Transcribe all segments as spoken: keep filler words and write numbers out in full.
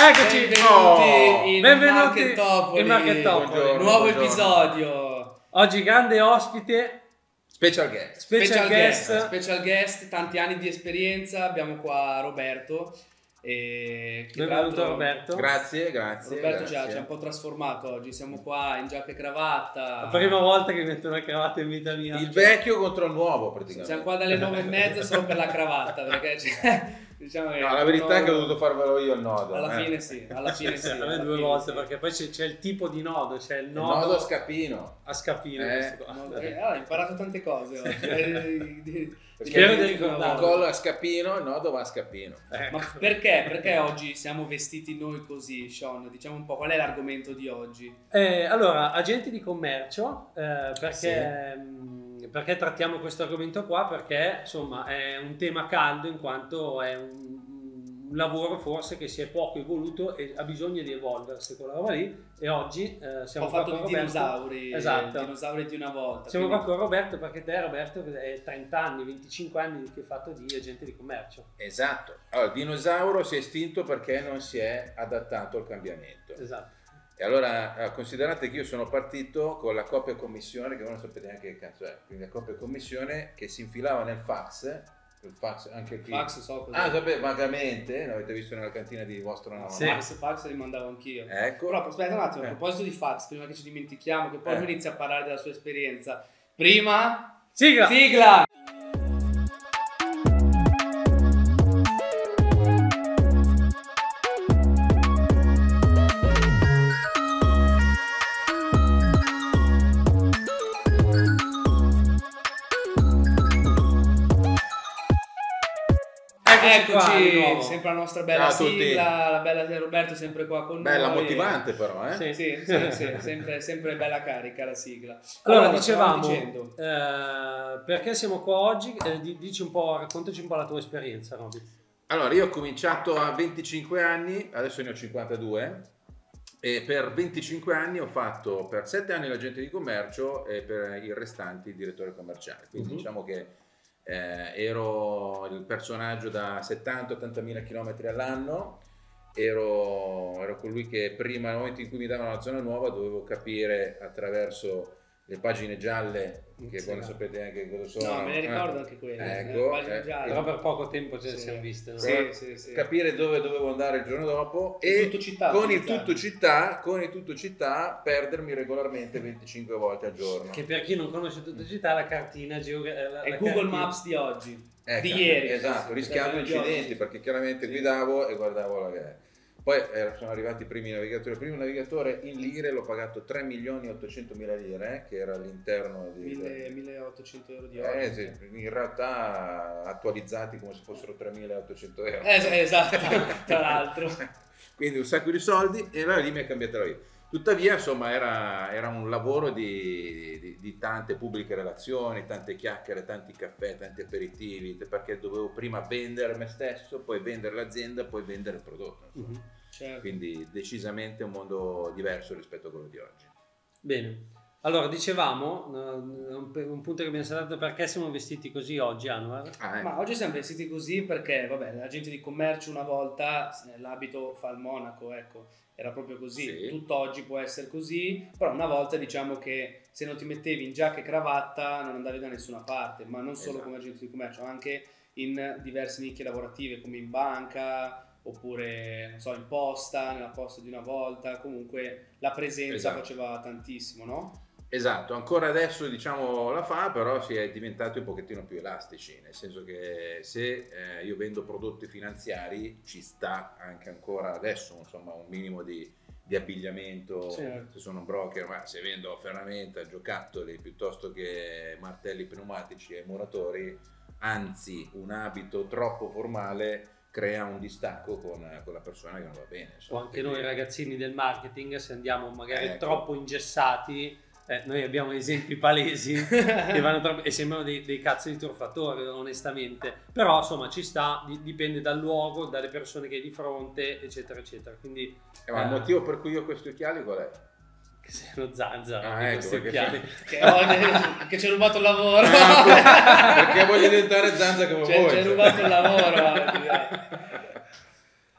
Eccoci, benvenuti oh, in benvenuti Marketopoli, in Marketopoli. Buongiorno, nuovo buongiorno. episodio. Oggi grande ospite, special guest. Special, special guest. guest, special guest, tanti anni di esperienza. Abbiamo qua Roberto. E che Benvenuto Roberto. Grazie, grazie. Roberto grazie. Ci, ha, ci ha un po' trasformato oggi. Siamo qua in giacca e cravatta. La prima volta che metto una cravatta in vita mia. Il vecchio contro il nuovo, praticamente. Siamo qua dalle nove e mezza solo per la cravatta. Perché c'è, diciamo che no, la verità è che ho dovuto farvelo io il nodo. Alla eh. fine sì, alla fine sì. A me due volte sì. Perché poi c'è, c'è il tipo di nodo, c'è il nodo, il nodo a scapino. A scapino. Eh. No, eh, ah, ho imparato tante cose oggi. Spero di ricordare. Il collo a scapino, il nodo va a scapino. Ma perché? Perché oggi siamo vestiti noi così, Sean? Diciamo un po' qual è l'argomento di oggi? Eh, allora, agenti di commercio, eh, perché, sì. perché trattiamo questo argomento qua? Perché insomma è un tema caldo in quanto è un, un lavoro forse che si è poco evoluto e ha bisogno di evolversi quella roba lì. E oggi eh, siamo Ho qua fatto con di Roberto. dinosauri, Esatto. dinosauri di una volta. Siamo quindi... qua con Roberto perché te, Roberto, è trenta anni, venticinque anni che hai fatto di agente di commercio. Esatto. Allora, il dinosauro si è estinto perché non si è adattato al cambiamento. Esatto. E allora considerate che io sono partito con la copia commissione, che voi non sapete neanche che cazzo è, quindi la copia commissione che si infilava nel fax. Il fax anche qui. Fax so cos'è. Ah, sapete, vagamente, l'avete visto nella cantina di vostro nonno. Sì. Fax, fax li mandavo anch'io. Ecco. Però aspetta un attimo, Eh. a proposito di fax, prima che ci dimentichiamo, che poi Eh. lui inizia a parlare della sua esperienza. Prima... Sigla! Sigla! Eccoci, sempre la nostra bella Ciao a tutti. sigla, la bella Roberto sempre qua con Bella noi. motivante però, eh? Sì, sì, sì, sì, sempre, sempre bella carica la sigla. Allora, Allora, dicevamo, stavamo dicendo. eh, perché siamo qua oggi? Eh, di- dici un po', raccontaci un po' la tua esperienza, Roby. Allora, io ho cominciato a venticinque anni, adesso ne ho cinquantadue, e per venticinque anni ho fatto per sette anni l'agente di commercio e per i restanti il direttore commerciale. Quindi Mhm. diciamo che eh, ero il personaggio da settanta ottanta mila chilometri all'anno, ero, ero colui che prima, nel momento in cui mi davano la zona nuova, dovevo capire attraverso le pagine gialle, che Sì. voi non sapete neanche cosa sono. No, me ne ricordo eh. anche quelle. Ecco, le pagine eh, gialle. Però per poco tempo ce ne Sì. siamo viste, no? Sì, sì, sì. Capire dove dovevo andare il giorno dopo Il e tutto città, con il utilizzare. tutto città con il tutto città perdermi regolarmente venticinque volte al giorno. Che per chi non conosce tutta città, la cartina geografica. È Google Maps di oggi, Ecco, di ieri. esatto, Sì, rischiando di incidenti oggi. perché chiaramente Sì. guidavo e guardavo la gara. Poi eh, sono arrivati i primi navigatori. Il primo navigatore in lire l'ho pagato tre milioni e ottocento mila lire, che era all'interno di mille- milleottocento euro di oggi. eh, sì, in realtà attualizzati come se fossero tremilaottocento euro. Eh, esatto, tra l'altro. Quindi un sacco di soldi e allora lì mi è cambiata la vita. Tuttavia, insomma, era, era un lavoro di, di, di tante pubbliche relazioni, tante chiacchiere, tanti caffè, tanti aperitivi, perché dovevo prima vendere me stesso, poi vendere l'azienda, poi vendere il prodotto. insomma. Mhm. Certo. Quindi decisamente un mondo diverso rispetto a quello di oggi. Bene. Allora, dicevamo, eh, un, un punto che abbiamo saltato, perché siamo vestiti così oggi, Anwar? Ah, ecco. Ma oggi siamo vestiti così perché, vabbè, l'agente di commercio una volta, eh, l'abito fa il monaco, ecco, era proprio così. Sì. Tutt'oggi può essere così, però una volta diciamo che se non ti mettevi in giacca e cravatta non andavi da nessuna parte, ma non solo Esatto. come agente di commercio, anche in diverse nicchie lavorative come in banca oppure, non so, in posta, nella posta di una volta, comunque la presenza Esatto. faceva tantissimo, no? Esatto, ancora adesso diciamo la fa, però si è diventati un pochettino più elastici, nel senso che se eh, io vendo prodotti finanziari ci sta anche ancora adesso insomma un minimo di, di abbigliamento, Certo. se sono un broker, ma se vendo ferramenta, giocattoli piuttosto che martelli pneumatici e muratori, anzi un abito troppo formale crea un distacco con, con la persona che non va bene. O insomma. anche Quindi- noi ragazzini del marketing, se andiamo magari Ecco. troppo ingessati, eh, noi abbiamo esempi palesi che vanno troppo, e sembrano dei, dei cazzo di truffatori onestamente, però insomma ci sta, di- dipende dal luogo, dalle persone che hai di fronte, eccetera eccetera. Quindi Eh, ma il eh, motivo per cui io ho questi occhiali qual è? che sei uno zanza Ah, di ecco, questi perché- occhiali. Che, ho- che ci ha rubato il lavoro. Ah, perché voglio diventare zanza come Cioè, voi. ci hai rubato il lavoro. eh.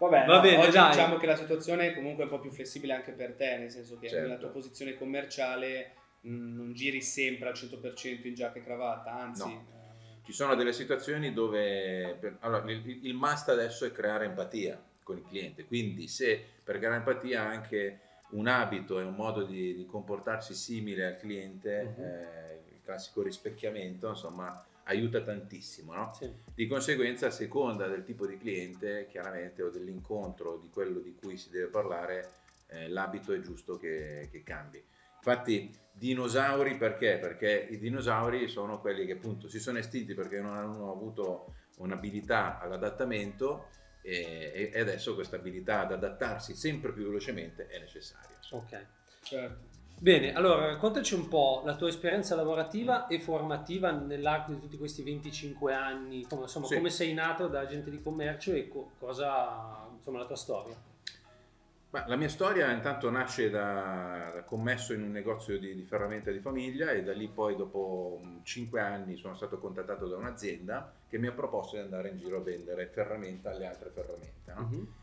Vabbè, Va no, bene, oggi dai. diciamo che la situazione è comunque un po' più flessibile anche per te, nel senso che Certo. nella tua posizione commerciale mh, non giri sempre al cento per cento in giacca e cravatta, anzi... No. eh, Ci sono delle situazioni dove per- allora, il, il must adesso è creare empatia con il cliente, quindi se per creare empatia anche un abito e un modo di, di comportarsi simile al cliente, Mhm. eh, il classico rispecchiamento, insomma, aiuta tantissimo, no? Sì. Di conseguenza, a seconda del tipo di cliente, chiaramente, o dell'incontro, di quello di cui si deve parlare, eh, l'abito è giusto che, che cambi. Infatti, dinosauri perché? Perché i dinosauri sono quelli che appunto si sono estinti perché non hanno avuto un'abilità all'adattamento e, e adesso questa abilità ad adattarsi sempre più velocemente è necessaria. Ok. certo. Bene, allora raccontaci un po' la tua esperienza lavorativa e formativa nell'arco di tutti questi venticinque anni, come, insomma, Sì. come sei nato da agente di commercio e co- cosa, insomma, la tua storia. Ma la mia storia intanto nasce da, da commesso in un negozio di, di ferramenta di famiglia e da lì poi dopo cinque anni sono stato contattato da un'azienda che mi ha proposto di andare in giro a vendere ferramenta alle altre ferramente, no? Mhm.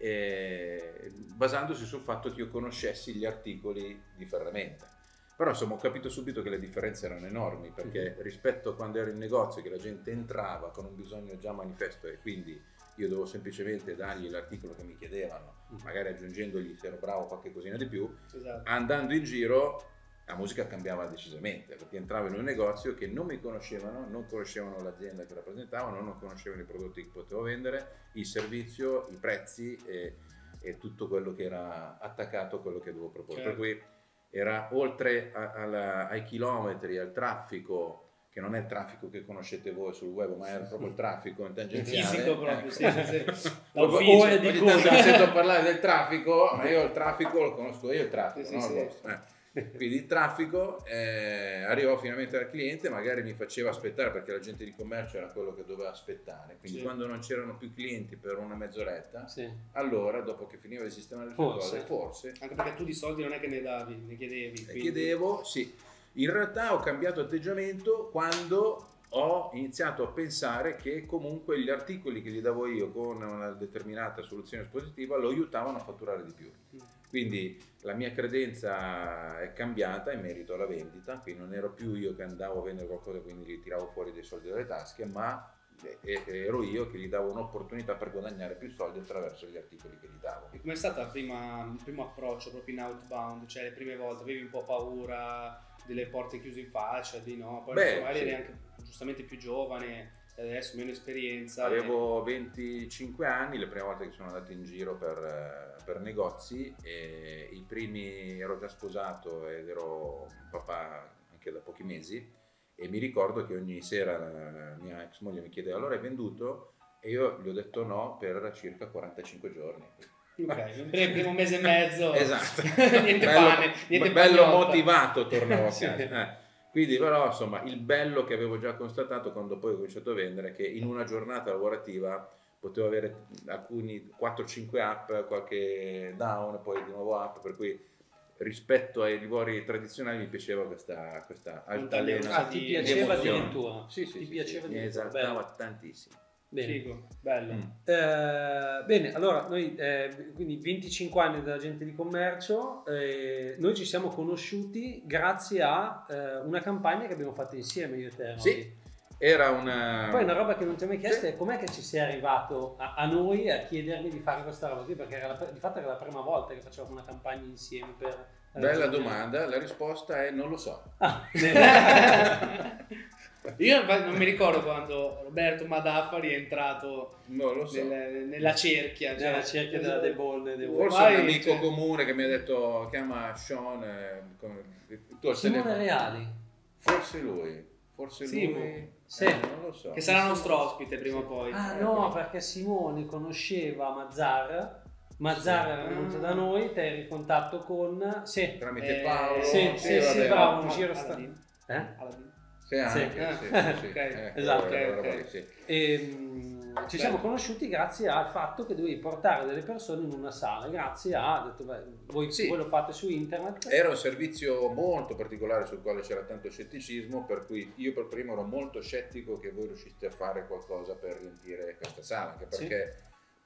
E basandosi sul fatto che io conoscessi gli articoli di ferramenta. Però insomma ho capito subito che le differenze erano enormi perché Mhm. rispetto a quando ero in negozio che la gente entrava con un bisogno già manifesto e quindi io dovevo semplicemente dargli l'articolo che mi chiedevano, magari aggiungendogli se ero bravo qualche cosina di più, Esatto. andando in giro la musica cambiava decisamente perché entravo in un negozio che non mi conoscevano, non conoscevano l'azienda che rappresentavano, non conoscevano i prodotti che potevo vendere, il servizio, i prezzi e, e tutto quello che era attaccato a quello che dovevo proporre. Certo. Per cui era oltre a- alla- ai chilometri, al traffico, che non è il traffico che conoscete voi sul web, ma era proprio il traffico in tangenziale. Fisico proprio, ecco. sì, sì, sì. Proprio L'ufficio. ore di tanto mi sento parlare del traffico, ma io il traffico lo conosco io il traffico, Sì, no? sì, Il sì. vostro, eh. Quindi il traffico, eh, arrivò finalmente al cliente, magari mi faceva aspettare perché l'agente di commercio era quello che doveva aspettare, quindi Sì. quando non c'erano più clienti per una mezz'oretta, Sì. allora dopo che finiva di sistemare le sue Forse. cose, forse Anche perché tu di soldi non è che ne davi, ne chiedevi. e quindi- chiedevo, sì. In realtà ho cambiato atteggiamento quando ho iniziato a pensare che comunque gli articoli che gli davo io con una determinata soluzione espositiva lo aiutavano a fatturare di più. Quindi la mia credenza è cambiata in merito alla vendita, quindi non ero più io che andavo a vendere qualcosa e quindi gli tiravo fuori dei soldi dalle tasche, ma e- ero io che gli davo un'opportunità per guadagnare più soldi attraverso gli articoli che gli davo. E com'è stato la prima- il primo approccio proprio in outbound? Cioè le prime volte avevi un po' paura delle porte chiuse in faccia, di no? Poi Beh, insomma, magari sì. eri anche giustamente più giovane, adesso meno esperienza. Avevo venticinque anni, le prime volte che sono andato in giro per, eh, per negozi e i primi ero già sposato ed ero un papà anche da pochi mesi e mi ricordo che ogni sera la mia ex moglie mi chiedeva allora hai venduto? E io gli ho detto no per circa quarantacinque giorni. Ok, per il primo mese e mezzo. Esatto. niente bello, pane, niente bello pagnotta. motivato tornavo a Sì. casa. Eh. Quindi però insomma il bello che avevo già constatato quando poi ho cominciato a vendere è che in una giornata lavorativa potevo avere alcuni quattro cinque app, qualche down, poi di nuovo app, per cui rispetto ai lavori tradizionali mi piaceva questa, questa altalena Ah, ti di piaceva emozioni. addirittura? Sì, sì, Ti sì, piaceva sì, mi addirittura? esaltava Bello. tantissimo. Bene. Figo, bello. Mm. Eh, bene, allora noi eh, quindi venticinque anni da agente di commercio, eh, noi ci siamo conosciuti grazie a eh, una campagna che abbiamo fatto insieme io e te. Robby. Sì, era una... Poi una roba che non ti ho mai chiesto Sì. è com'è che ci sei arrivato a, a noi a chiedermi di fare questa roba qui, perché era la, di fatto era la prima volta che facevamo una campagna insieme per... Bella domanda, la risposta è non lo so. Ah, Io non mi ricordo quando Roberto Madaffari è entrato Non lo so. nel- nella cerchia. cioè- nella cerchia della The Ball, The Ball. Forse Ormai, un amico cioè- comune che mi ha detto chiama Sean, eh, come- tu al Simone telefono. Reali. Forse lui, forse Sì, lui, sì. eh, non lo so. Che sarà nostro ospite prima o poi. Ah Eh, no, però- perché Simone conosceva Mazzar, Mazzar Sì. era venuto Ah. da noi, te eri in contatto con... Sì, Tramite Eh, Paolo. sì, sì, sì, vabbè. bravo, un Al- giro sta- Aladdin. eh? Aladdin. Sì, anche, Sì. sì, sì, sì. Ok, Eh, esatto, quella ok, roba ok. lì, sì. E, mm, ci siamo conosciuti grazie al fatto che dovevi portare delle persone in una sala, grazie a, ho detto, beh, voi, Sì. voi lo fate su internet. Era un servizio molto particolare sul quale c'era tanto scetticismo, per cui io per primo ero molto scettico che voi riusciste a fare qualcosa per riempire questa sala, anche Sì. perché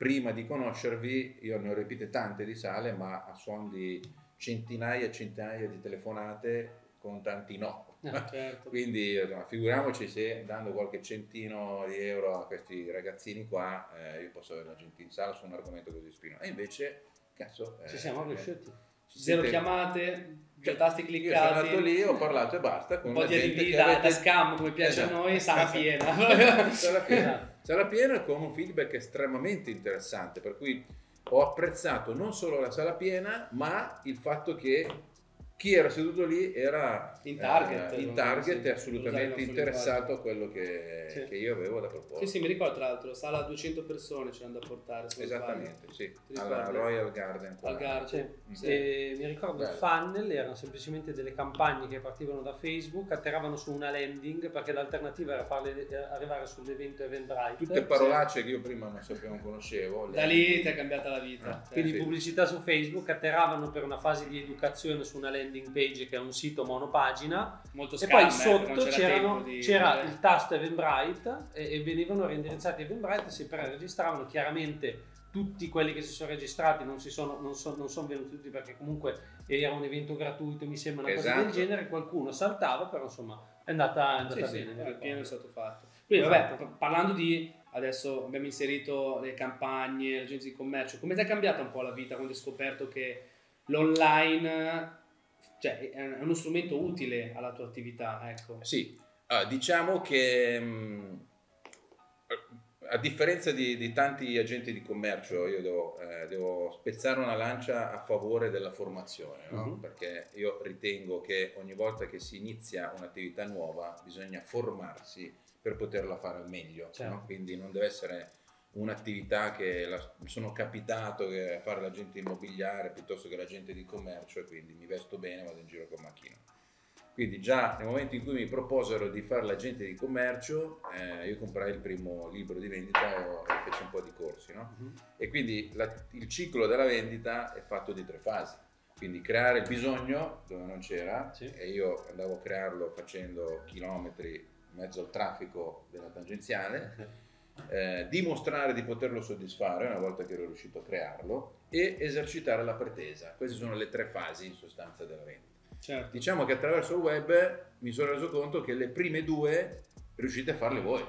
prima di conoscervi io ne ho riempite tante di sale, ma a suon di centinaia e centinaia di telefonate con tanti no. Ah, certo. Quindi no, figuriamoci se dando qualche centino di euro a questi ragazzini qua eh, io posso avere la gente in sala su un argomento così spinoso. E invece, cazzo, ci eh, siamo eh, riusciti. Zero siete- chiamate, Cioè, due tasti io cliccati. sono andato lì, ho parlato e basta con un po' la di gente adibiti che da, avete- da scam come piace Esatto. a noi, sala Esatto. piena. Sala piena. Sala piena con un feedback estremamente interessante, per cui ho apprezzato non solo la sala piena, ma il fatto che chi era seduto lì era In target, eh, in non- target sì, e assolutamente usare il nostro interessato linguaggio. a quello che, Sì. che io avevo da proporre. Sì, sì, mi ricordo tra l'altro, sala a duecento persone c'erano da portare. se non Esattamente, sì, Ti alla ricordi? Royal Garden. qua. Al Garden. Sì. Sì. E mi ricordo il Bello. funnel erano semplicemente delle campagne che partivano da Facebook, atterravano su una landing perché l'alternativa era farle eh, arrivare sull'evento Eventbrite. Tutte parolacce che io prima non sapevo, non conoscevo. Da lì ti è cambiata la vita. Ah, Cioè, Quindi sì. pubblicità su Facebook, atterravano per una fase di educazione su una landing page che è un sito monopagina molto e scam, poi eh, sotto non c'era c'erano- tempo di- c'era il tasto Eventbrite e, e venivano reindirizzati a Eventbrite, si preregistravano. Chiaramente tutti quelli che si sono registrati non, si sono, non, so- non sono venuti tutti perché comunque era un evento gratuito, mi sembra una cosa Esatto. del genere, qualcuno saltava, però insomma è andata, è andata Sì, sì, bene. mi eh, il ricordo. pieno è stato fatto. Quindi Esatto. vabbè, p- parlando di, adesso abbiamo inserito le campagne, le agenzie di commercio, come ti è cambiata un po' la vita quando hai scoperto che l'online, cioè, è è uno strumento utile alla tua attività, ecco. Sì, ah, diciamo che mh, a differenza di, di tanti agenti di commercio, io devo, eh, devo spezzare una lancia a favore della formazione, no? Mhm. Perché io ritengo che ogni volta che si inizia un'attività nuova bisogna formarsi per poterla fare al meglio, Certo. no? Quindi non deve essere un'attività che la- sono capitato che a fare l'agente immobiliare piuttosto che l'agente di commercio e quindi mi vesto bene, vado in giro con macchina. Quindi già nel momento in cui mi proposero di fare l'agente di commercio, eh, io comprai il primo libro di vendita e feci un po' di corsi, no? Mhm. E quindi la- il ciclo della vendita è fatto di tre fasi. Quindi creare il bisogno dove non c'era, Sì. e io andavo a crearlo facendo chilometri in mezzo al traffico della tangenziale, eh, dimostrare di poterlo soddisfare una volta che ero riuscito a crearlo e esercitare la pretesa. Queste sono le tre fasi in sostanza della vendita. Certo. Diciamo che attraverso il web mi sono reso conto che le prime due riuscite a farle voi,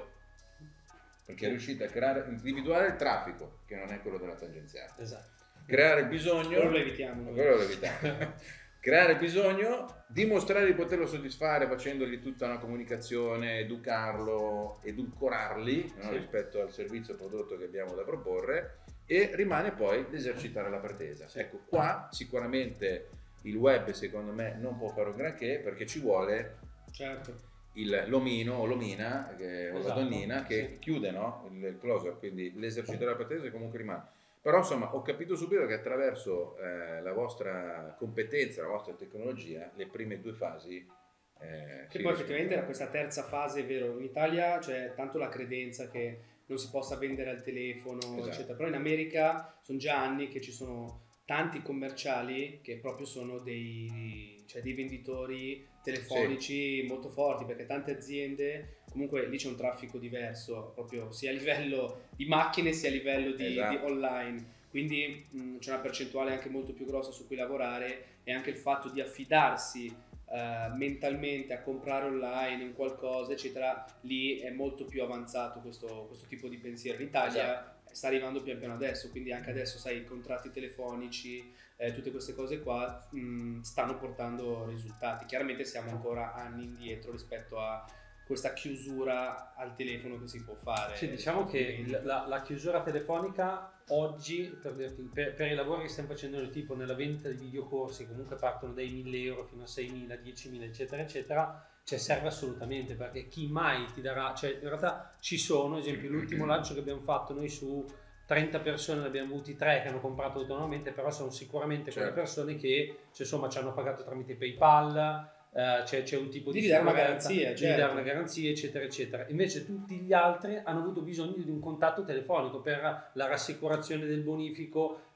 perché riuscite a creare, individuare il traffico, che non è quello della tangenziale, Esatto. creare il bisogno, Quello lo evitiamo noi. quello lo evitiamo. Creare il bisogno, dimostrare di poterlo soddisfare facendogli tutta una comunicazione, educarlo, edulcorarli, no? Sì. Rispetto al servizio o prodotto che abbiamo da proporre, e rimane poi l'esercitare la pretesa. Ecco, qua sicuramente il web secondo me non può fare un granché perché ci vuole Certo. il, l'omino o l'omina che, o la Esatto, donnina che sì. chiude, no? il, il closer, quindi l'esercitare la pretesa comunque rimane. Però insomma ho capito subito che attraverso eh, la vostra competenza, la vostra tecnologia, le prime due fasi eh, Che si poi riescono effettivamente a era questa terza fase, è vero, in Italia c'è tanto la credenza che non si possa vendere al telefono, Esatto. eccetera, però in America sono già anni che ci sono tanti commerciali che proprio sono dei, cioè dei venditori telefonici molto forti, perché tante aziende, comunque lì c'è un traffico diverso, proprio sia a livello di macchine sia a livello di, Esatto. di online, quindi mh, c'è una percentuale anche molto più grossa su cui lavorare, e anche il fatto di affidarsi eh, mentalmente a comprare online un qualcosa eccetera, lì è molto più avanzato questo, questo tipo di pensiero. In Italia Esatto. sta arrivando pian piano adesso, quindi anche adesso sai i contratti telefonici, eh, tutte queste cose qua mh, stanno portando risultati. Chiaramente siamo ancora anni indietro rispetto a questa chiusura al telefono che si può fare. Sì, diciamo che il- la, la chiusura telefonica oggi, per, dirti, per, per i lavori che stiamo facendo del tipo nella vendita di videocorsi, comunque partono dai mille euro fino a seimila, diecimila eccetera eccetera, cioè serve assolutamente, perché chi mai ti darà, cioè in realtà ci sono, ad esempio l'ultimo lancio che abbiamo fatto noi su trenta persone, ne abbiamo avuti tre che hanno comprato autonomamente, però sono sicuramente quelle Certo. persone che cioè, insomma ci hanno pagato tramite PayPal, eh, c'è, c'è un tipo di Devi dare una sicurezza, garanzia, devi certo. dare una garanzia eccetera eccetera. Invece tutti gli altri hanno avuto bisogno di un contatto telefonico per la rassicurazione del bonifico,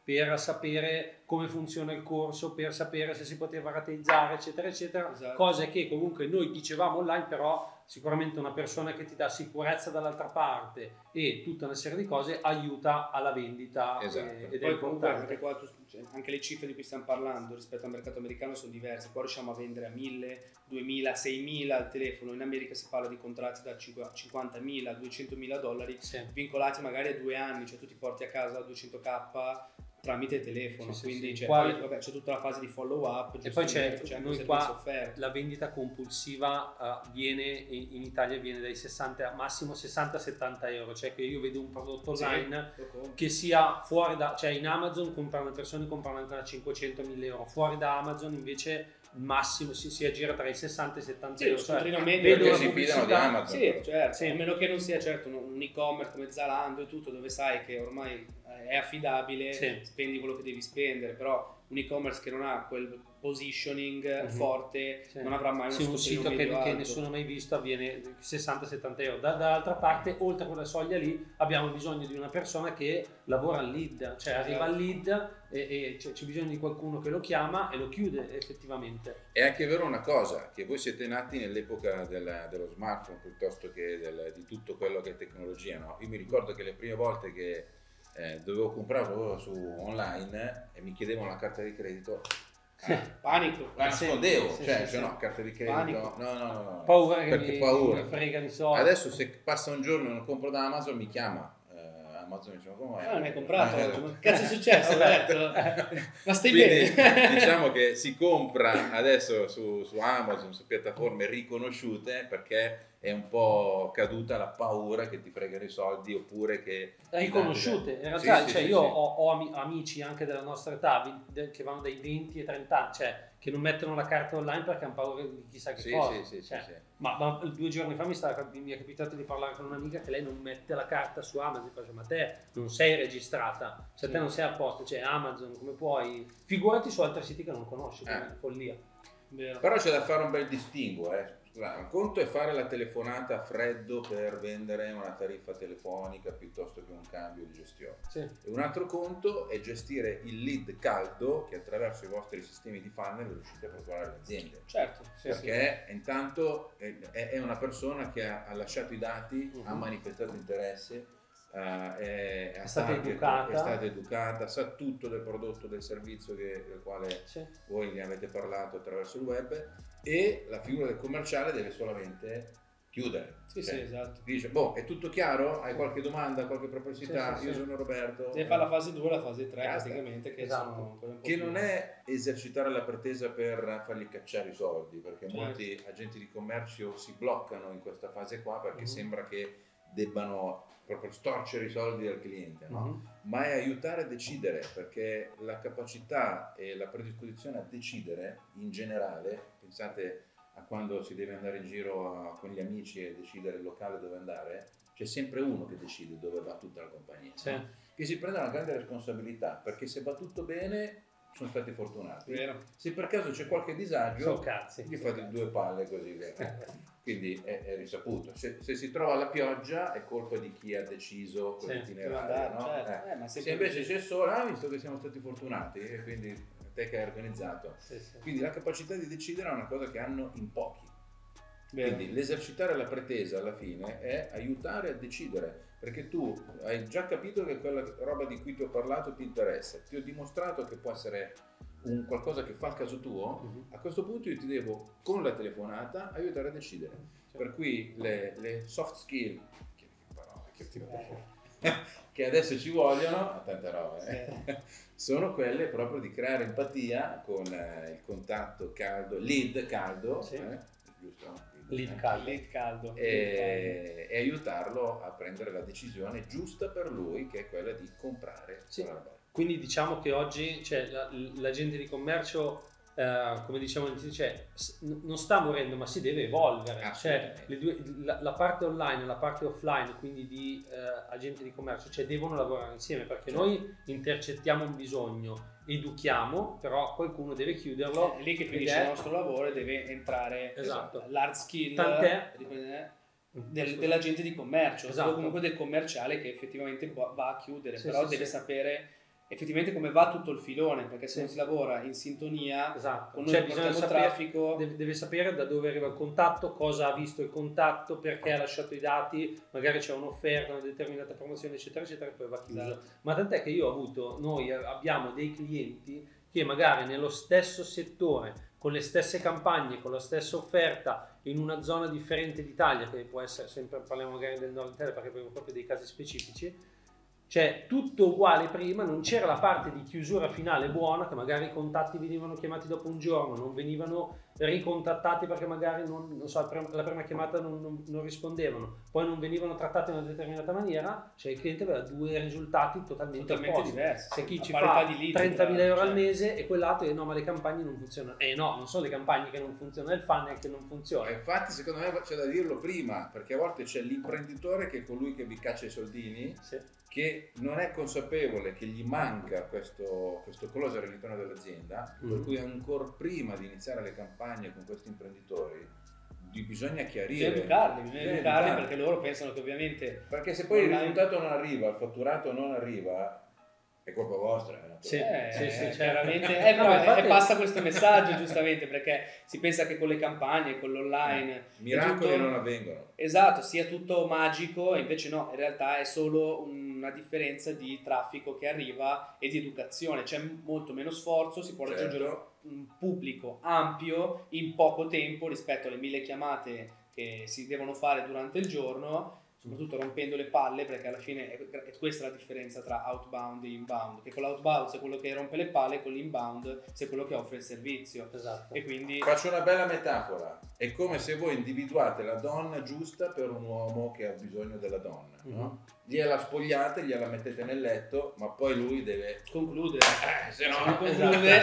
per sapere come funziona il corso, per sapere se si poteva rateizzare, eccetera, eccetera, Esatto. cose che comunque noi dicevamo online, però sicuramente una persona che ti dà sicurezza dall'altra parte e tutta una serie di cose aiuta alla vendita. Esatto. eh, ed Poi è comunque importante. anche, qua, tu- cioè, anche le cifre di cui stiamo parlando rispetto al mercato americano sono diverse. Qua riusciamo a vendere a mille, duemila, seimila al telefono. In America si parla di contratti da cinquantamila, duecentomila dollari, Sì. vincolati magari a due anni, cioè tu ti porti a casa duecento k tramite telefono, Sì, sì, quindi sì. Cioè, Qua- poi, vabbè, c'è tutta la fase di follow up E poi c'è, c'è anche noi un qua servizio offerto. la vendita compulsiva uh, viene in, in Italia viene dai sessanta massimo sessanta settanta euro, cioè che io vedo un prodotto online Sì, lo compro. che sia fuori da, cioè in Amazon comprano persone comprano anche da cinquecento mille euro, fuori da Amazon invece il massimo si, si aggira tra i sessanta e i settanta Sì, euro, lo cioè, scontrino medio, vedo perché una si fidano di pubblicità- Amazon. Sì, certo, Sì. a meno che non sia certo un, un e-commerce come Zalando e tutto, dove sai che ormai è affidabile, Sì. spendi quello che devi spendere, però un e-commerce che non ha quel positioning Mhm. forte Sì. non avrà mai uno Sì, un scontrino sito che, medio che alto. nessuno ha mai visto avviene sessanta settanta euro. Da- dall'altra parte, oltre a quella soglia lì, abbiamo bisogno di una persona che lavora al lead, cioè arriva al lead e, e c'è, c'è bisogno di qualcuno che lo chiama e lo chiude effettivamente. È anche vero una cosa, che voi siete nati nell'epoca della- dello smartphone piuttosto che del- di tutto quello che è tecnologia, no? Io mi ricordo che le prime volte che eh, dovevo comprare qualcosa su online e mi chiedevano la carta di credito, ah, Panico. la nascondevo, sì, cioè, sì, cioè sì. no, carta di credito, Panico. no, no, no, no. Paura che perché mi, paura. mi fregano i soldi. Adesso se passa un giorno e non compro da Amazon mi chiama, eh, Amazon mi dice, ma come Ah, non hai comprato Eh, oggi? Ma che cazzo è successo? Roberto? Ma stai Quindi bene? diciamo che si compra adesso su, su Amazon, su piattaforme riconosciute, perché è un po' caduta la paura che ti fregano i soldi oppure che... riconosciute, in realtà Sì, sì, cioè sì, io sì. Ho, ho ami- amici anche della nostra età vi- de- che vanno dai venti ai trenta anni, cioè che non mettono la carta online perché hanno paura di chissà che Sì, cosa. sì, sì, Cioè, sì, sì. Ma, ma due giorni fa mi, stava, mi è capitato di parlare con un'amica che lei non mette la carta su Amazon, faccio, ma te non sei registrata, se Sì. te non sei a posto, cioè Amazon come puoi, figurati su altri siti che non conosci, Eh. quindi follia. Vero. Però c'è da fare un bel distinguo, eh. Scusate, un conto è fare la telefonata a freddo per vendere una tariffa telefonica piuttosto che un cambio di gestione. Sì. E un altro conto è gestire il lead caldo che attraverso i vostri sistemi di funnel riuscite a procurare alle aziende. Certo. Sì, Perché intanto è, è una persona che ha, ha lasciato i dati, Mhm. ha manifestato interesse, eh, è, È stata target, educata. è stata educata, sa tutto del prodotto, del servizio che, del quale Sì. voi ne avete parlato attraverso il web, e la figura del commerciale deve solamente chiudere. Sì, Cioè, sì, esatto. dice, boh, è tutto chiaro? Hai qualche domanda, qualche perplessità? Sì, sì, Io sì. sono Roberto. Deve fare la fase due e la fase tre Basta. praticamente, che Esatto. sono quelle un po' Che più- non è esercitare la pretesa per fargli cacciare i soldi, perché Certo. molti agenti di commercio si bloccano in questa fase qua perché Mhm. sembra che debbano proprio storcere i soldi al cliente, no? Mhm. Ma è aiutare a decidere, perché la capacità e la predisposizione a decidere in generale, pensate a quando si deve andare in giro a- con gli amici e decidere il locale dove andare, c'è sempre uno che decide dove va tutta la compagnia, Sì. no? Che si prende una grande responsabilità, perché se va tutto bene sono stati fortunati, Vero. se per caso c'è qualche disagio Sono cazzi. gli fate due palle così via. Quindi è, è risaputo, se, se si trova la pioggia è colpa di chi ha deciso Sì, quell'itinerario, no? certo. Eh. Eh, ma Se sempre invece così. c'è sole, ah, visto che siamo stati fortunati, e quindi te che hai organizzato. Sì, sì. Quindi la capacità di decidere è una cosa che hanno in pochi. Vero. Quindi l'esercitare la pretesa alla fine è aiutare a decidere, perché tu hai già capito che quella roba di cui ti ho parlato ti interessa, ti ho dimostrato che può essere un qualcosa che fa il caso tuo, Mhm. a questo punto io ti devo con la telefonata aiutare a decidere. Per cui le, le soft skill, che, che parola, che ho tirato fuori, che adesso ci vogliono, tante robe, eh, sono quelle proprio di creare empatia con eh, il contatto caldo, lead caldo, Sì. eh, giusto? Lead Eh, caldo. Lead caldo. E, e aiutarlo a prendere la decisione giusta per lui, che è quella di comprare Sì. quella roba. Quindi diciamo che oggi cioè, la, l'agente di commercio, eh, come diciamo all'inizio, cioè, s- n- non sta morendo ma si deve evolvere. Cioè, Assolutamente. le due, la, la parte online e la parte offline, quindi di eh, agenti di commercio, cioè, devono lavorare insieme, perché Certo. noi intercettiamo un bisogno, educhiamo, però qualcuno deve chiuderlo. È lì che ed finisce è- il nostro lavoro e deve entrare Esatto. l'hard skill Tant'è- eh, del- dell'agente di commercio, Esatto. o comunque del commerciale che effettivamente va va a chiudere, Sì, però sì, deve sì. sapere effettivamente come va tutto il filone, perché se Sì. non si lavora in sintonia, Esatto, con noi cioè che bisogna portiamo sapere, traffico, deve, deve sapere da dove arriva il contatto, cosa ha visto il contatto, perché ha lasciato i dati, magari c'è un'offerta, una determinata promozione, eccetera, eccetera, e poi va chiuso. Esatto. Ma tant'è che io ho avuto, noi abbiamo dei clienti che magari nello stesso settore, con le stesse campagne, con la stessa offerta, in una zona differente d'Italia, che può essere sempre, parliamo magari del nord Italia perché abbiamo proprio dei casi specifici, cioè tutto uguale prima, non c'era la parte di chiusura finale buona, che magari i contatti venivano chiamati dopo un giorno, non venivano ricontattati perché magari non, non so, la prima chiamata non, non, non rispondevano, poi non venivano trattati in una determinata maniera, cioè il cliente aveva due risultati totalmente, totalmente opposti. diversi. Se chi A ci parità fa di lead, trentamila euro cioè. al mese e quell'altro, eh, no, ma le campagne non funzionano. Eh no, non sono le campagne che non funzionano, è il funnel che non funziona. Ma infatti secondo me c'è da dirlo prima, perché a volte c'è l'imprenditore che è colui che vi caccia i soldini, Sì. che non è consapevole che gli manca questo, questo closer all'interno dell'azienda, Mm. per cui ancora prima di iniziare le campagne con questi imprenditori di- bisogna chiarire, Bisogna educarli, bisogna Bisogna educarli educarli. perché loro pensano che ovviamente perché se poi il online- risultato non arriva, il fatturato non arriva, è colpa vostra. È una Sì, Eh, sì, sì, eh, certo. chiaramente eh, No, però, ma infatti- eh, passa questo messaggio giustamente, perché si pensa che con le campagne, con l'online, Miracoli è tutto- non avvengono. esatto, sia tutto magico, e invece no, in realtà è solo una differenza di traffico che arriva e di educazione, c'è molto meno sforzo, si può Certo. raggiungere un pubblico ampio in poco tempo rispetto alle mille chiamate che si devono fare durante il giorno, soprattutto rompendo le palle, perché alla fine è, è questa la differenza tra outbound e inbound, che con l'outbound sei quello che rompe le palle, con l'inbound sei quello che offre il servizio. Esatto. E quindi Faccio una bella metafora, è come se voi individuate la donna giusta per un uomo che ha bisogno della donna, no? Gliela spogliate, gliela mettete nel letto, ma poi lui deve... concludere. Eh, se no... Se non conclude,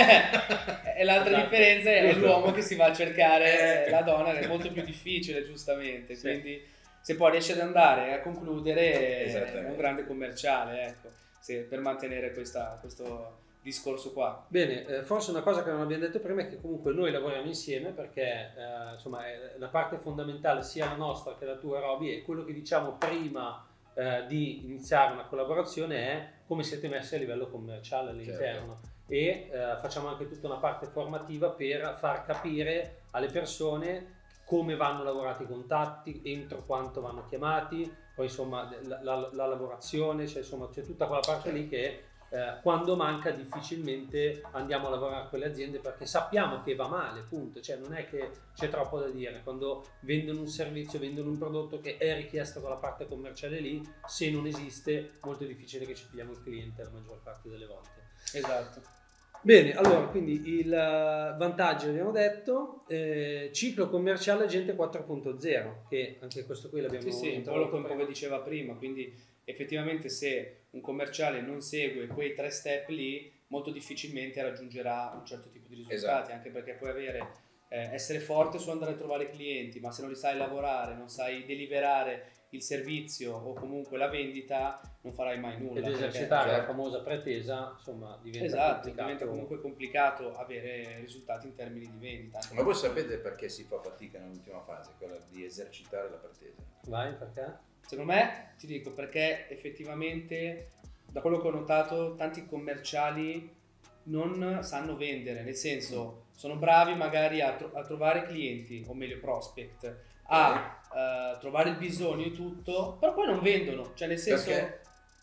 e l'altra Esatto. differenza è Giusto. l'uomo che si va a cercare Eh. la donna, che è molto più difficile, giustamente. Sì. Quindi se poi riesce ad andare a concludere è Esattamente. un grande commerciale, ecco, se- per mantenere questa, questo discorso qua. Bene, eh, forse una cosa che non abbiamo detto prima è che comunque noi lavoriamo insieme perché eh, insomma è la parte fondamentale sia la nostra che la tua, Roby, e quello che diciamo prima eh, di iniziare una collaborazione è come siete messi a livello commerciale all'interno. E eh, facciamo anche tutta una parte formativa per far capire alle persone come vanno lavorati i contatti, entro quanto vanno chiamati, poi insomma la, la, la lavorazione, cioè, insomma c'è tutta quella parte lì che eh, quando manca difficilmente andiamo a lavorare con quelle aziende perché sappiamo che va male, punto, cioè non è che c'è troppo da dire, quando vendono un servizio, vendono un prodotto che è richiesto con la parte commerciale lì, se non esiste molto difficile che ci pigliamo il cliente la maggior parte delle volte. Esatto. Bene, allora quindi il vantaggio abbiamo detto, eh, ciclo commerciale agente quattro punto zero, che anche questo qui l'abbiamo Sì, sì, un po' introdotto come prima. diceva prima, quindi effettivamente se un commerciale non segue quei tre step lì, molto difficilmente raggiungerà un certo tipo di risultati, Esatto. anche perché puoi avere, eh, essere forte su andare a trovare clienti, ma se non li sai lavorare, non sai deliberare il servizio o comunque la vendita, non farai mai nulla. Ed perché- esercitare la certo. famosa pretesa, insomma, diventa Esatto, complicato. diventa comunque complicato avere risultati in termini di vendita. anche Ma voi perché- sapete perché si fa fatica nell'ultima fase, quella di esercitare la pretesa? Vai, perché? Secondo me, ti dico, perché effettivamente, da quello che ho notato, tanti commerciali non sanno vendere, nel senso, sono bravi magari a, tro- a trovare clienti, o meglio prospect, a eh, trovare il bisogno e tutto, però poi non vendono, cioè nel senso... Perché?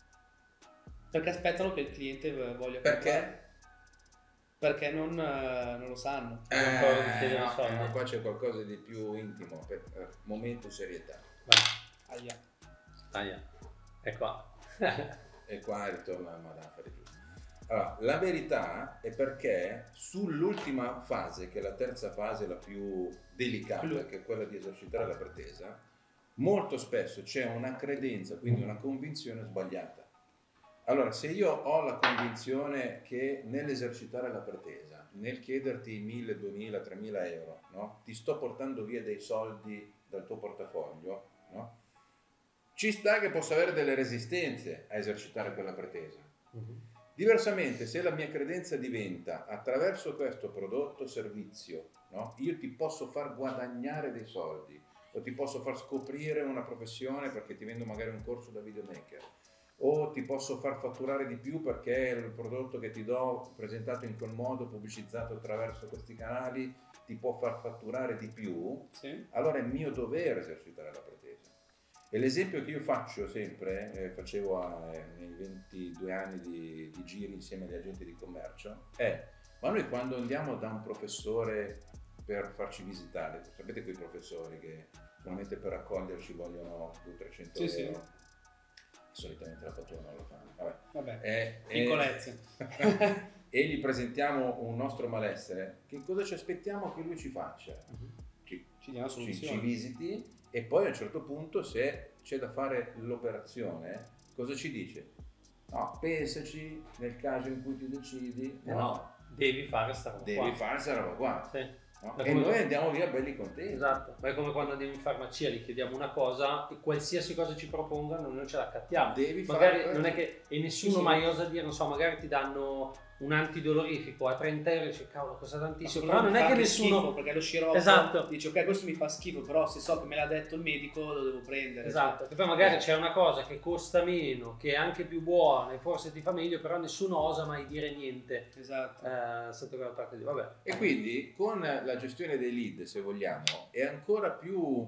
Perché aspettano che il cliente v- voglia Perché? comprare. Perché non, eh, non lo sanno. Non ancora di Eh, chiedere no, soldi. eh, qua c'è qualcosa di più intimo, per, per momento serietà. Vai. Aia. Ah, yeah. È qua. E qua ritorna al Madame Fare giusto. Allora, la verità è perché sull'ultima fase, che è la terza fase, la più delicata, Quello- che è quella di esercitare la pretesa, molto spesso c'è una credenza, quindi una convinzione sbagliata. Allora, se io ho la convinzione che nell'esercitare la pretesa, nel chiederti mille, duemila, tremila euro, no? Ti sto portando via dei soldi dal tuo portafoglio, no? Ci sta che posso avere delle resistenze a esercitare quella pretesa. Mhm. Diversamente, se la mia credenza diventa attraverso questo prodotto o servizio, no? Io ti posso far guadagnare dei soldi, o ti posso far scoprire una professione perché ti vendo magari un corso da videomaker, o ti posso far fatturare di più perché il prodotto che ti do presentato in quel modo, pubblicizzato attraverso questi canali, ti può far fatturare di più, sì. allora è mio dovere esercitare la pretesa. E l'esempio che io faccio sempre, eh, facevo a, eh, nei ventidue anni di, di giri insieme agli agenti di commercio, è: ma noi quando andiamo da un professore per farci visitare, sapete quei professori che solamente per accoglierci vogliono duecento trecento Sì, euro, sì. solitamente la fattura non lo fanno, vabbè, Vabbè, eh, piccolezze. eh, e gli presentiamo un nostro malessere, che cosa ci aspettiamo che lui ci faccia? Ci, Ci dia una ci, soluzione. ci visiti, e poi a un certo punto, se c'è da fare l'operazione, cosa ci dice? No, pensaci, nel caso in cui ti decidi, Eh no, devi fare sta roba devi qua. fare questa roba qua. Sì. No? Ma E come- noi andiamo via belli contenti. Esatto, ma è come quando andiamo in farmacia, gli chiediamo una cosa e qualsiasi cosa ci propongano noi non ce l'accattiamo. Devi Magari fare- non è che, e nessuno Sì, sì. mai osa dire, non so, magari ti danno un antidolorifico a trenta euro e dici cavolo costa tantissimo, Ma però non è che farmi nessuno... schifo, perché lo sciroppo Esatto. dice ok, questo mi fa schifo, però se so che me l'ha detto il medico lo devo prendere. Esatto, che poi magari c'è una cosa che costa meno, che è anche più buona e forse ti fa meglio, però nessuno osa mai dire niente. Cioè, esatto. Eh, sotto quella parte di vabbè. E quindi con la gestione dei lead, se vogliamo, è ancora più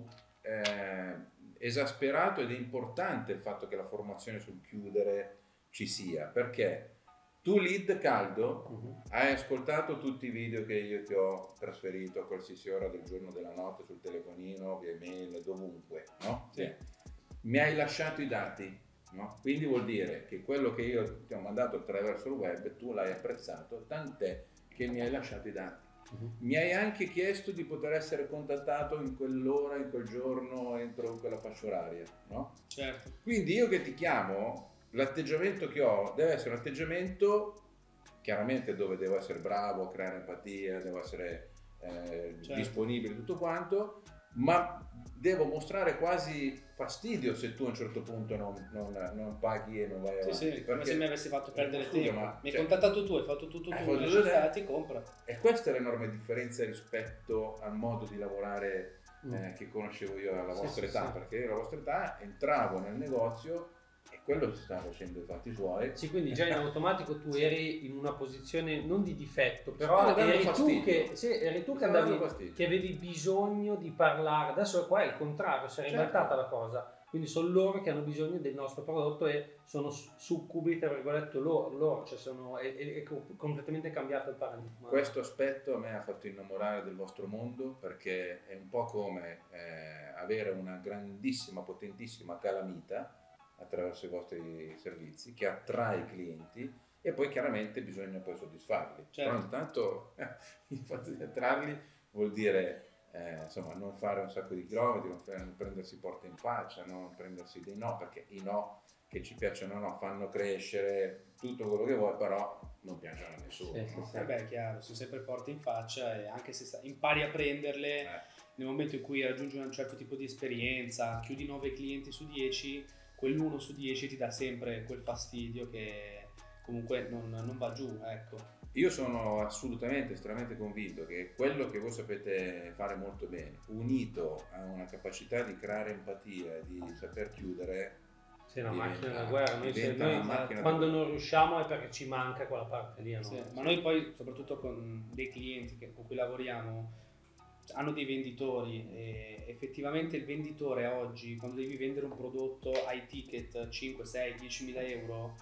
eh, esasperato ed è importante il fatto che la formazione sul chiudere ci sia, perché tu lead caldo Mhm. hai ascoltato tutti i video che io ti ho trasferito a qualsiasi ora del giorno o della notte sul telefonino, via email, dovunque, no? Sì. Mi hai lasciato i dati, no? Quindi vuol dire che quello che io ti ho mandato attraverso il web tu l'hai apprezzato, tant'è che mi hai lasciato i dati. Mhm. Mi hai anche chiesto di poter essere contattato in quell'ora, in quel giorno, entro quella fascia oraria, no? Certo. Quindi io che ti chiamo, l'atteggiamento che ho deve essere un atteggiamento, chiaramente, dove devo essere bravo, creare empatia, devo essere eh, Certo. disponibile, tutto quanto, ma devo mostrare quasi fastidio se tu a un certo punto non, non, non paghi e non vai Sì, avanti. sì, come perché- se mi avessi fatto perdere Scusa, tempo. ma, Mi hai cioè, contattato tu, hai fatto tutto tu, hai hai fatto lasciato tutto i te. dati, compra. E questa è l'enorme differenza rispetto al modo di lavorare eh, che conoscevo io alla Sì, vostra sì, età, sì. perché io alla vostra età entravo nel negozio e quello si stava facendo i fatti suoi. Sì, quindi già in automatico tu eri in una posizione non di difetto, Stava però dando eri tu fastidio. che, sì, eri tu che, Stava andavi, dando fastidio. che avevi bisogno di parlare. Adesso qua è il contrario, si è Certo. ribaltata la cosa. Quindi sono loro che hanno bisogno del nostro prodotto e sono su- succubi, tra virgolette, loro, loro cioè sono, è, è- è co- completamente cambiato il paradigma. Questo aspetto a me ha fatto innamorare del vostro mondo, perché è un po' come eh, avere una grandissima, potentissima calamita attraverso i vostri servizi che attrae i clienti, e poi chiaramente bisogna poi soddisfarli. Certo. Però intanto il fatto di attrarli vuol dire eh, insomma non fare un sacco di chilometri, non, fare- non prendersi porte in faccia, non prendersi dei no, perché i no che ci piacciono no fanno crescere tutto quello che vuoi, però non piacciono a nessuno. Sì, sì, no? sì. Eh beh, è chiaro, sono sempre porte in faccia e anche se sta- impari a prenderle, Eh. nel momento in cui raggiungi un certo tipo di esperienza, chiudi nove clienti su dieci, quell'uno su dieci ti dà sempre quel fastidio che comunque non, non va giù, ecco. Io sono assolutamente, estremamente convinto che quello che voi sapete fare molto bene, unito a una capacità di creare empatia, di saper chiudere, Sì, una diventa- macchina da guerra. Noi, se- diventa noi, una macchina da quando guerra. non riusciamo è perché ci manca quella parte lì. a Sì, noi. ma noi poi, soprattutto con dei clienti che- con cui lavoriamo, hanno dei venditori e effettivamente il venditore oggi, quando devi vendere un prodotto, hai ticket cinque, sei, dieci mila euro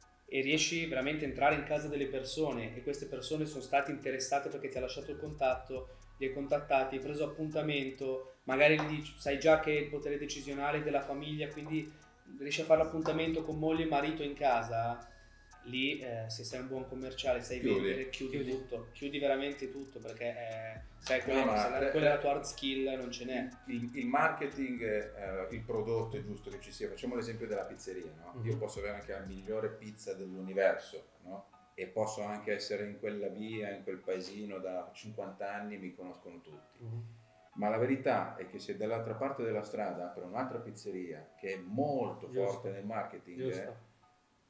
e riesci veramente a entrare in casa delle persone e queste persone sono state interessate perché ti ha lasciato il contatto, li hai contattati, hai preso appuntamento, magari gli dici, sai già che è il potere decisionale della famiglia, quindi riesci a fare l'appuntamento con moglie e marito in casa, lì eh, se sei un buon commerciale, sai Chiudi. vendere, chiudi, Chiudi. tutto, chiudi veramente tutto perché eh, sai, quella, No, ma- se la- quella è la tua hard skill, non ce n'è. Il, il marketing, eh, il prodotto è giusto che ci sia. Facciamo l'esempio della pizzeria, no? Mhm. Io posso avere anche la migliore pizza dell'universo, no? E posso anche essere in quella via, in quel paesino da cinquanta anni, mi conoscono tutti. Mhm. Ma la verità è che se dall'altra parte della strada apre un'altra pizzeria che è molto Giusto. forte nel marketing, Giusto.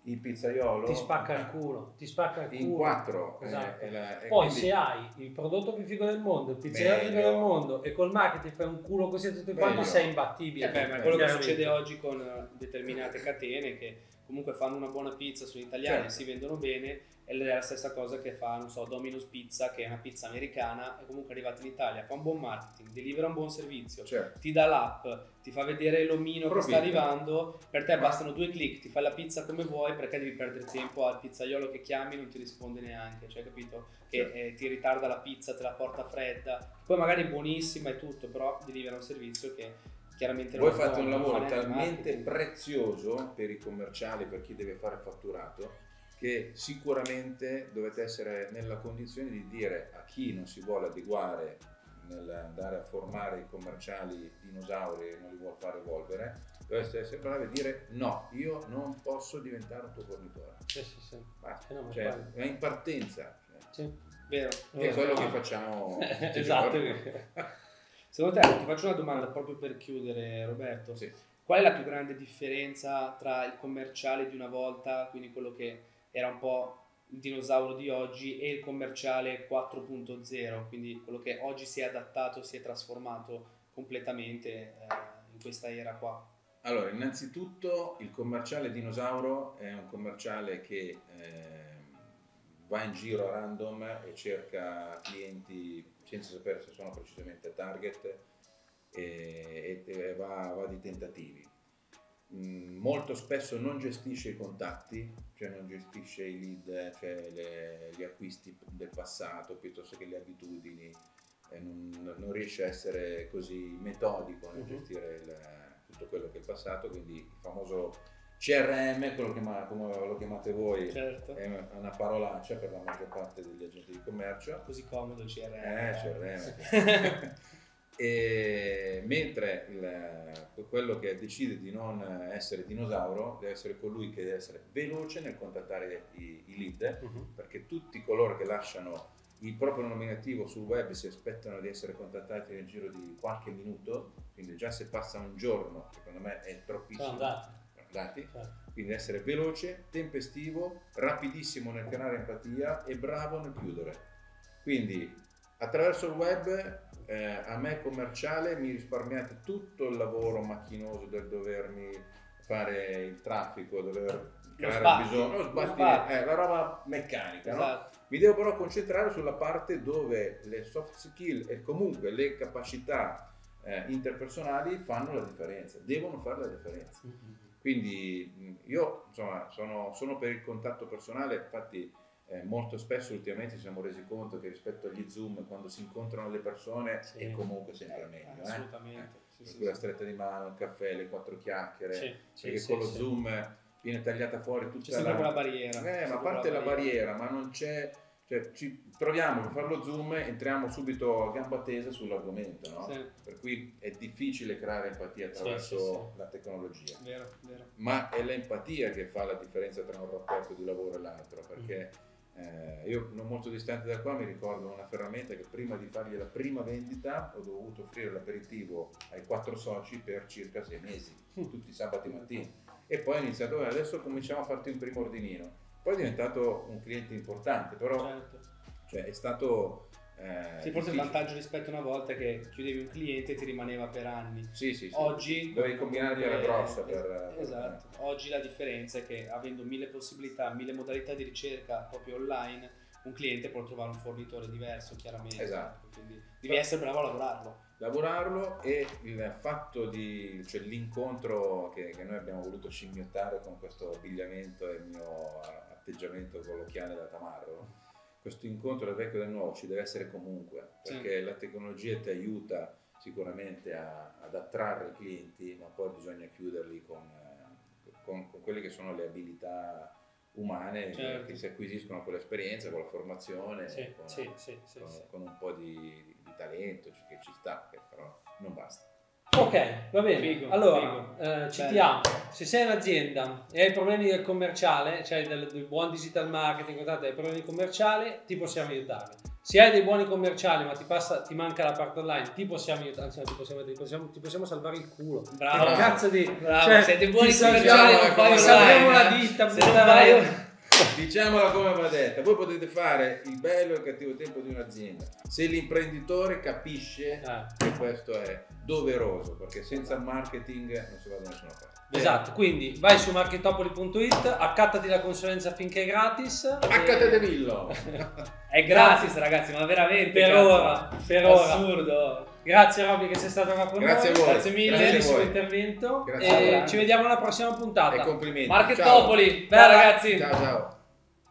il pizzaiolo ti spacca il culo, ti spacca il culo. in quattro. Esatto. eh, la, Poi quindi, se hai il prodotto più figo del mondo, il pizzaiolo più figo meglio. del mondo e col marketing fai un culo così a tutti Meglio. quanti, sei imbattibile. Eh beh, ma Eh, quello che chiaramente. succede oggi con eh, determinate catene che comunque fanno una buona pizza, sono italiane, Certo. si vendono bene, è la stessa cosa che fa, non so, Domino's Pizza, che è una pizza americana, è comunque arrivata in Italia, fa un buon marketing, delivera un buon servizio, certo. ti dà l'app, ti fa vedere l'omino che sta Approfitta. arrivando, per te bastano due click, ti fai la pizza come vuoi, perché devi perdere tempo al pizzaiolo che chiami e non ti risponde neanche, cioè capito? Che Certo. eh, ti ritarda la pizza, te la porta fredda, poi magari è buonissima e tutto, però delivera un servizio che chiaramente Voi non fate un non lavoro fa neanche talmente marketing. prezioso per i commerciali, per chi deve fare fatturato, che sicuramente dovete essere nella condizione di dire a chi non si vuole adeguare nell'andare a formare i commerciali dinosauri e non li vuole fare evolvere, dovete essere bravi a dire no, io non posso diventare un tuo fornitore. Sì, sì, sì. Basta. Eh no, ma Cioè, quello. è in partenza. Cioè, Sì. Vero, che è vero. quello che facciamo tutti i Esatto. giorni. Secondo te, ti faccio una domanda proprio per chiudere, Roberto. Sì. Qual è la più grande differenza tra il commerciale di una volta, quindi quello che era un po' il dinosauro di oggi, e il commerciale quattro punto zero, quindi quello che oggi si è adattato, si è trasformato completamente eh, in questa era qua? Allora, innanzitutto il commerciale dinosauro è un commerciale che eh, va in giro a random e cerca clienti senza sapere se sono precisamente target e, e va, va di tentativi. Mm, molto spesso non gestisce i contatti, cioè non gestisce i lead, cioè le, gli acquisti del passato piuttosto che le abitudini, e non, non riesce a essere così metodico nel Mhm. gestire il, tutto quello che è il passato, quindi il famoso C R M, quello che ma- come lo chiamate voi, Certo. è una parolaccia per la maggior parte degli agenti di commercio. Così comodo il C R M. Eh, C R M. E mentre il, quello che decide di non essere dinosauro deve essere colui che deve essere veloce nel contattare i, i lead, Mhm. perché tutti coloro che lasciano il proprio nominativo sul web si aspettano di essere contattati nel giro di qualche minuto, quindi già se passa un giorno, secondo me è Sono troppissimo. andati. Andati. Certo. Quindi essere veloce, tempestivo, rapidissimo nel creare empatia e bravo nel chiudere. Quindi attraverso il web eh, a me commerciale mi risparmiate tutto il lavoro macchinoso del dovermi fare il traffico, dover creare sbatti, il bisogno, lo lo sbatti, sbatti. eh, la roba meccanica, no? Esatto. Mi devo però concentrare sulla parte dove le soft skill e comunque le capacità eh, interpersonali fanno la differenza, devono fare la differenza. Quindi mh, io insomma sono, sono per il contatto personale, infatti eh, molto spesso ultimamente ci siamo resi conto che rispetto agli Zoom, quando si incontrano le persone, Sì. è comunque sempre meglio. eh. Assolutamente. Sì, Per sì, cui la sì. stretta di mano, il caffè, le quattro chiacchiere, Sì, sì, perché sì, con lo sì. Zoom viene tagliata fuori tutta C'è sempre la... quella barriera. Eh, C'è ma a sempre parte quella la barriera, ma non c'è... Cioè, ci troviamo per fare lo Zoom e entriamo subito a gamba tesa sull'argomento, no? Sì. Per cui è difficile creare empatia attraverso Sì, sì, sì. la tecnologia. Vero, vero. Ma è l'empatia che fa la differenza tra un rapporto di lavoro e l'altro, perché eh, io non molto distante da qua mi ricordo una ferramenta che prima di fargli la prima vendita ho dovuto offrire l'aperitivo ai quattro soci per circa sei mesi, tutti i sabati mattini, e poi ho iniziato, "Eh, adesso cominciamo a farti un primo ordinino", poi è diventato un cliente importante, però Certo. cioè, è stato eh, Sì, forse il difficile. vantaggio rispetto a una volta è che chiudevi un cliente e ti rimaneva per anni. Sì, sì, sì. Oggi dovevi combinargli alla grossa per, per- esatto. Oggi la differenza è che avendo mille possibilità, mille modalità di ricerca proprio online, un cliente può trovare un fornitore diverso, chiaramente. Esatto. Quindi devi essere bravo a lavorarlo. lavorarlo, e il fatto di, cioè l'incontro che, che noi abbiamo voluto scimmiottare con questo abbigliamento e il mio atteggiamento colloquiale da tamarro, questo incontro del vecchio e del nuovo ci deve essere comunque, perché Sì. la tecnologia ti aiuta sicuramente a, ad attrarre clienti, ma poi bisogna chiuderli con, eh, con, con quelle che sono le abilità umane, Certo. che si acquisiscono con l'esperienza, con la formazione, Sì, con, sì, sì, sì, con, sì. con un po' di, di talento che ci sta, che però non basta. Ok, va bene. Figo, allora, figo. eh, citiamo. Se sei un'azienda e hai problemi del commerciale, cioè del, del buon digital marketing, guardate, hai problemi commerciali, ti possiamo aiutare. se hai dei buoni commerciali ma ti, passa, ti manca la parte online, ti possiamo, anzi, ti possiamo, ti possiamo, ti possiamo salvare il culo. Bravo. Che cazzo di... Bravo, cioè, siete buoni ti commerciali, salviamo, non fai ti salviamo online, la eh. ditta, Se non fai... Diciamola come va detta, voi potete fare il bello e il cattivo tempo di un'azienda se l'imprenditore capisce Eh. che questo è doveroso, perché senza marketing non si va da nessuna parte. Esatto, quindi vai su marketopoli punto it, accattati la consulenza finché è gratis. Accatete Villo! È gratis ragazzi, ma veramente Per cazzo. ora, per ora. Assurdo. Grazie Robby che sei stato qua con Grazie noi. a voi. Grazie mille. Grazie a Bellissimo voi. intervento. Grazie a e voi. ci vediamo alla prossima puntata. E complimenti. Marketopoli, Ciao. ciao ragazzi. Ciao ciao.